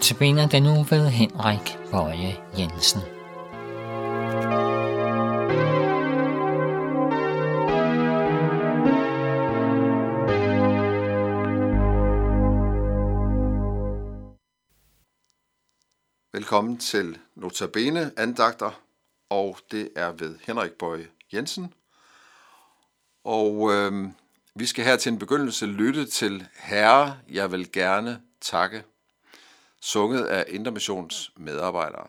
Notabene den nu ved Henrik Bøje Jensen. Velkommen til Notabene andagter, og det er ved Henrik Bøje Jensen. Og vi skal her til en begyndelse lytte til Herre, jeg vil gerne takke, sunget af Indre Missions medarbejdere.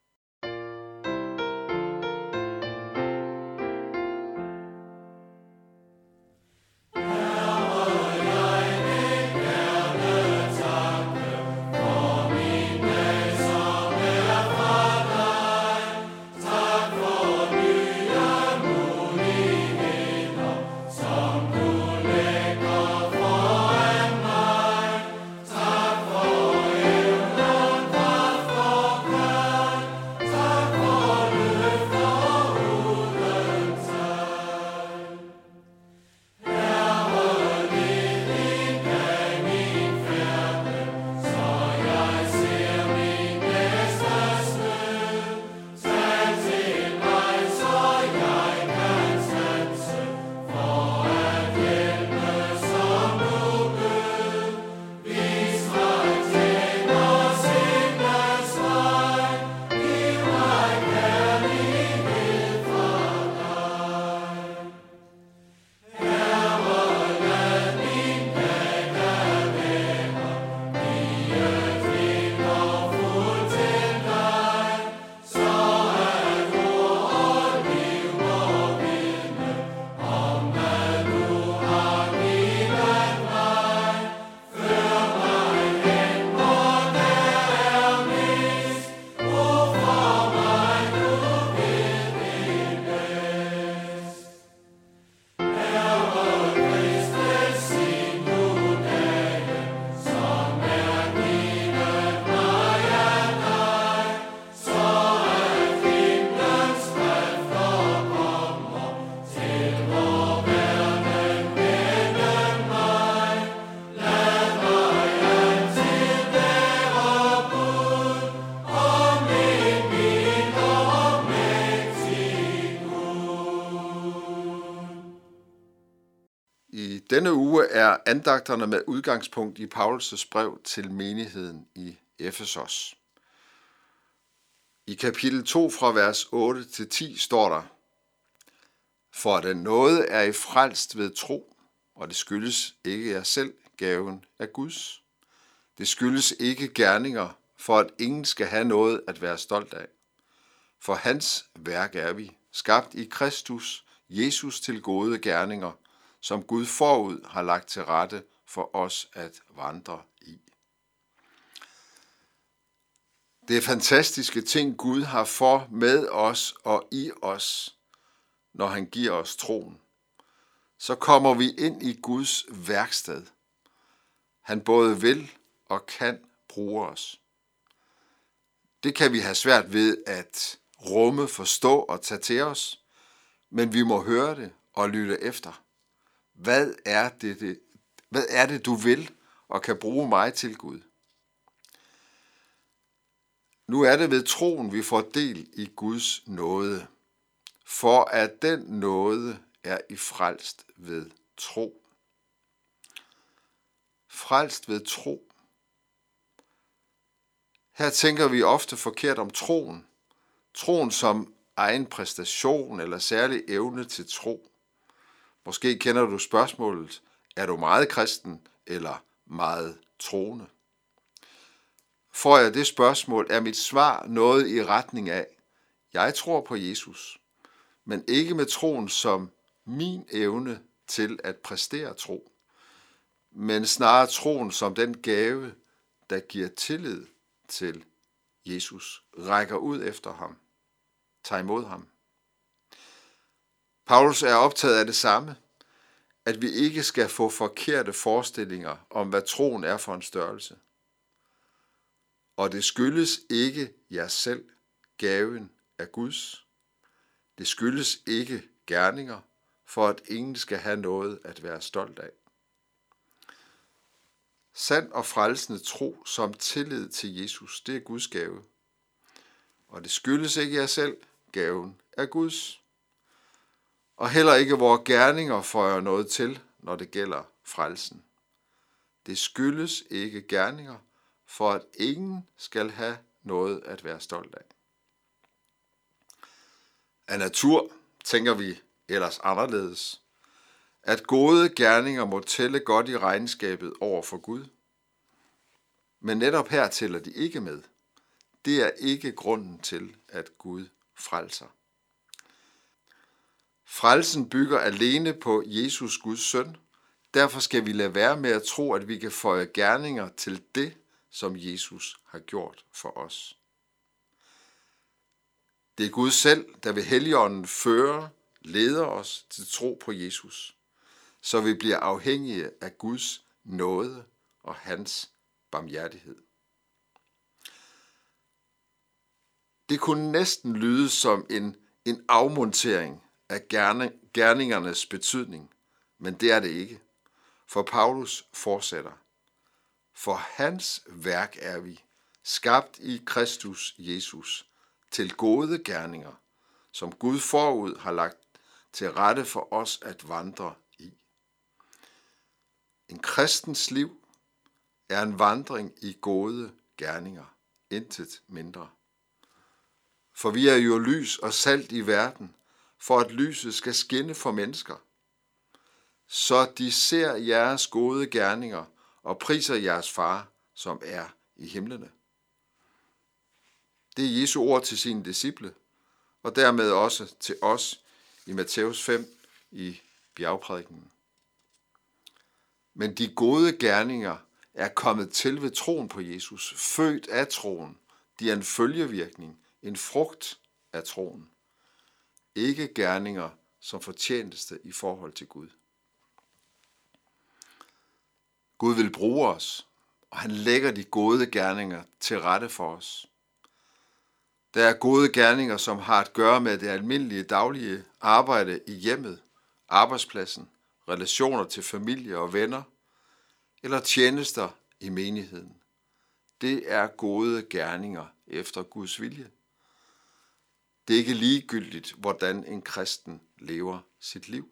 I denne uge er andagterne med udgangspunkt i Paulus' brev til menigheden i Efesos. I kapitel 2 fra vers 8-10 står der: For den nåde er I frelst ved tro, og det skyldes ikke jer selv, gaven af Guds. Det skyldes ikke gerninger, for at ingen skal have noget at være stolt af. For hans værk er vi, skabt i Kristus, Jesus til gode gerninger, som Gud forud har lagt til rette for os at vandre i. Det er fantastiske ting, Gud har for med os og i os, når han giver os troen. Så kommer vi ind i Guds værksted. Han både vil og kan bruge os. Det kan vi have svært ved at rumme, forstå og tage til os, men vi må høre det og lytte efter. Hvad er det, du vil og kan bruge mig til, Gud? Nu er det ved troen, vi får del i Guds nåde, for at den nåde er I frelst ved tro. Frelst ved tro. Her tænker vi ofte forkert om troen. Troen som egen præstation eller særlig evne til tro. Måske kender du spørgsmålet: er du meget kristen eller meget troende? Får jeg det spørgsmål, er mit svar noget i retning af: jeg tror på Jesus, men ikke med troen som min evne til at præstere tro, men snarere troen som den gave, der giver tillid til Jesus, rækker ud efter ham, tager imod ham. Paulus er optaget af det samme, at vi ikke skal få forkerte forestillinger om, hvad troen er for en størrelse. Og det skyldes ikke jer selv, gaven af Guds. Det skyldes ikke gerninger, for at ingen skal have noget at være stolt af. Sand og frelsende tro som tillid til Jesus, det er Guds gave. Og det skyldes ikke jer selv, gaven er Guds. Og heller ikke vores gerninger føjer noget til, når det gælder frelsen. Det skyldes ikke gerninger, for at ingen skal have noget at være stolt af. Af natur tænker vi ellers anderledes, at gode gerninger må tælle godt i regnskabet over for Gud. Men netop her tæller de ikke med. Det er ikke grunden til, at Gud frelser. Frelsen bygger alene på Jesus, Guds søn. Derfor skal vi lade være med at tro, at vi kan føje gerninger til det, som Jesus har gjort for os. Det er Gud selv, der ved Helligånden leder os til tro på Jesus, så vi bliver afhængige af Guds nåde og hans barmhjertighed. Det kunne næsten lyde som en afmontering af gerningernes betydning, men det er det ikke. For Paulus fortsætter. For hans værk er vi, skabt i Kristus Jesus, til gode gerninger, som Gud forud har lagt til rette for os at vandre i. En kristens liv er en vandring i gode gerninger, intet mindre. For vi er jo lys og salt i verden, for at lyset skal skinne for mennesker, så de ser jeres gode gerninger og priser jeres far, som er i himlene. Det er Jesu ord til sine disciple, og dermed også til os i Matthæus 5 i bjergprædikenen. Men de gode gerninger er kommet til ved troen på Jesus, født af troen. De er en følgevirkning, en frugt af troen. Ikke gerninger som fortjeneste i forhold til Gud. Gud vil bruge os, og han lægger de gode gerninger til rette for os. Der er gode gerninger, som har at gøre med det almindelige daglige arbejde i hjemmet, arbejdspladsen, relationer til familie og venner, eller tjenester i menigheden. Det er gode gerninger efter Guds vilje. Det er ikke ligegyldigt, hvordan en kristen lever sit liv.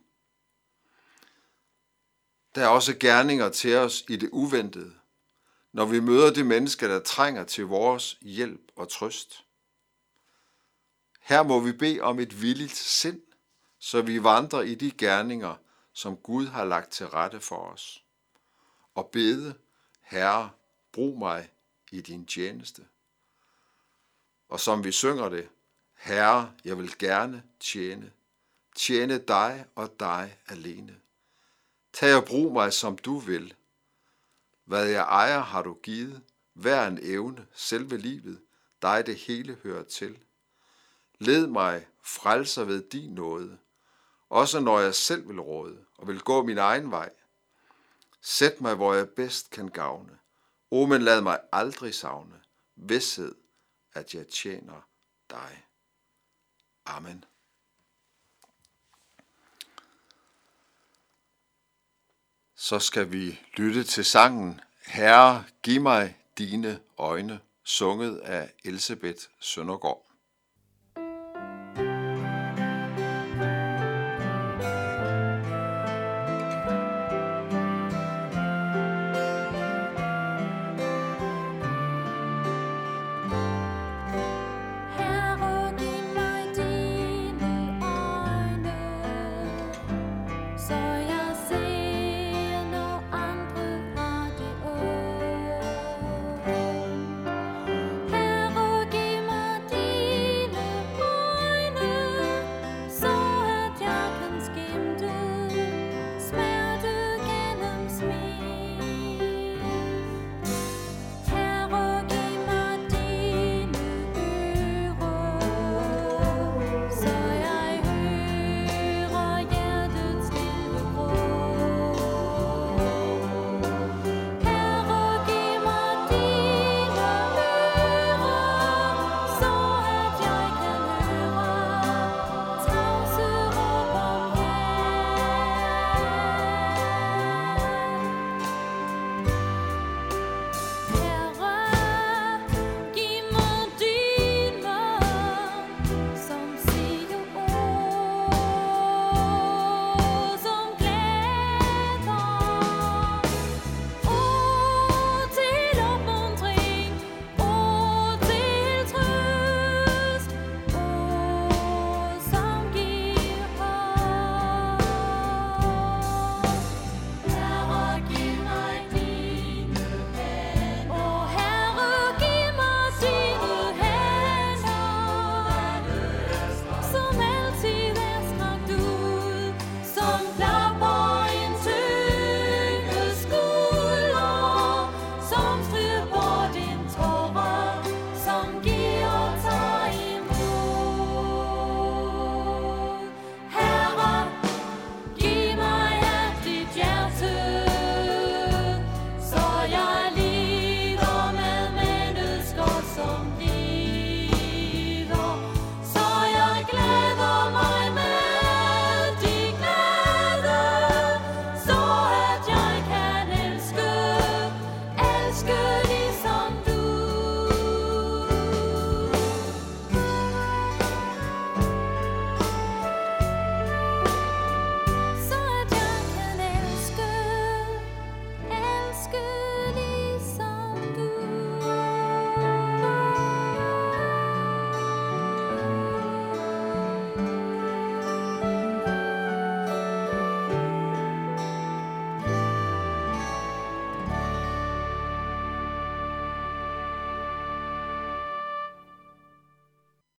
Der er også gerninger til os i det uventede, når vi møder de mennesker, der trænger til vores hjælp og trøst. Her må vi bede om et villigt sind, så vi vandrer i de gerninger, som Gud har lagt til rette for os. Og bede, Herre, brug mig i din tjeneste. Og som vi synger det, Herre, jeg vil gerne tjene dig og dig alene. Tag og brug mig, som du vil. Hvad jeg ejer, har du givet, hver en evne, selve livet, dig det hele hører til. Led mig, frelser ved din nåde, også når jeg selv vil råde og vil gå min egen vej. Sæt mig, hvor jeg bedst kan gavne. Men lad mig aldrig savne vished, at jeg tjener dig. Amen. Så skal vi lytte til sangen Herre, giv mig dine øjne, sunget af Elsebeth Søndergaard.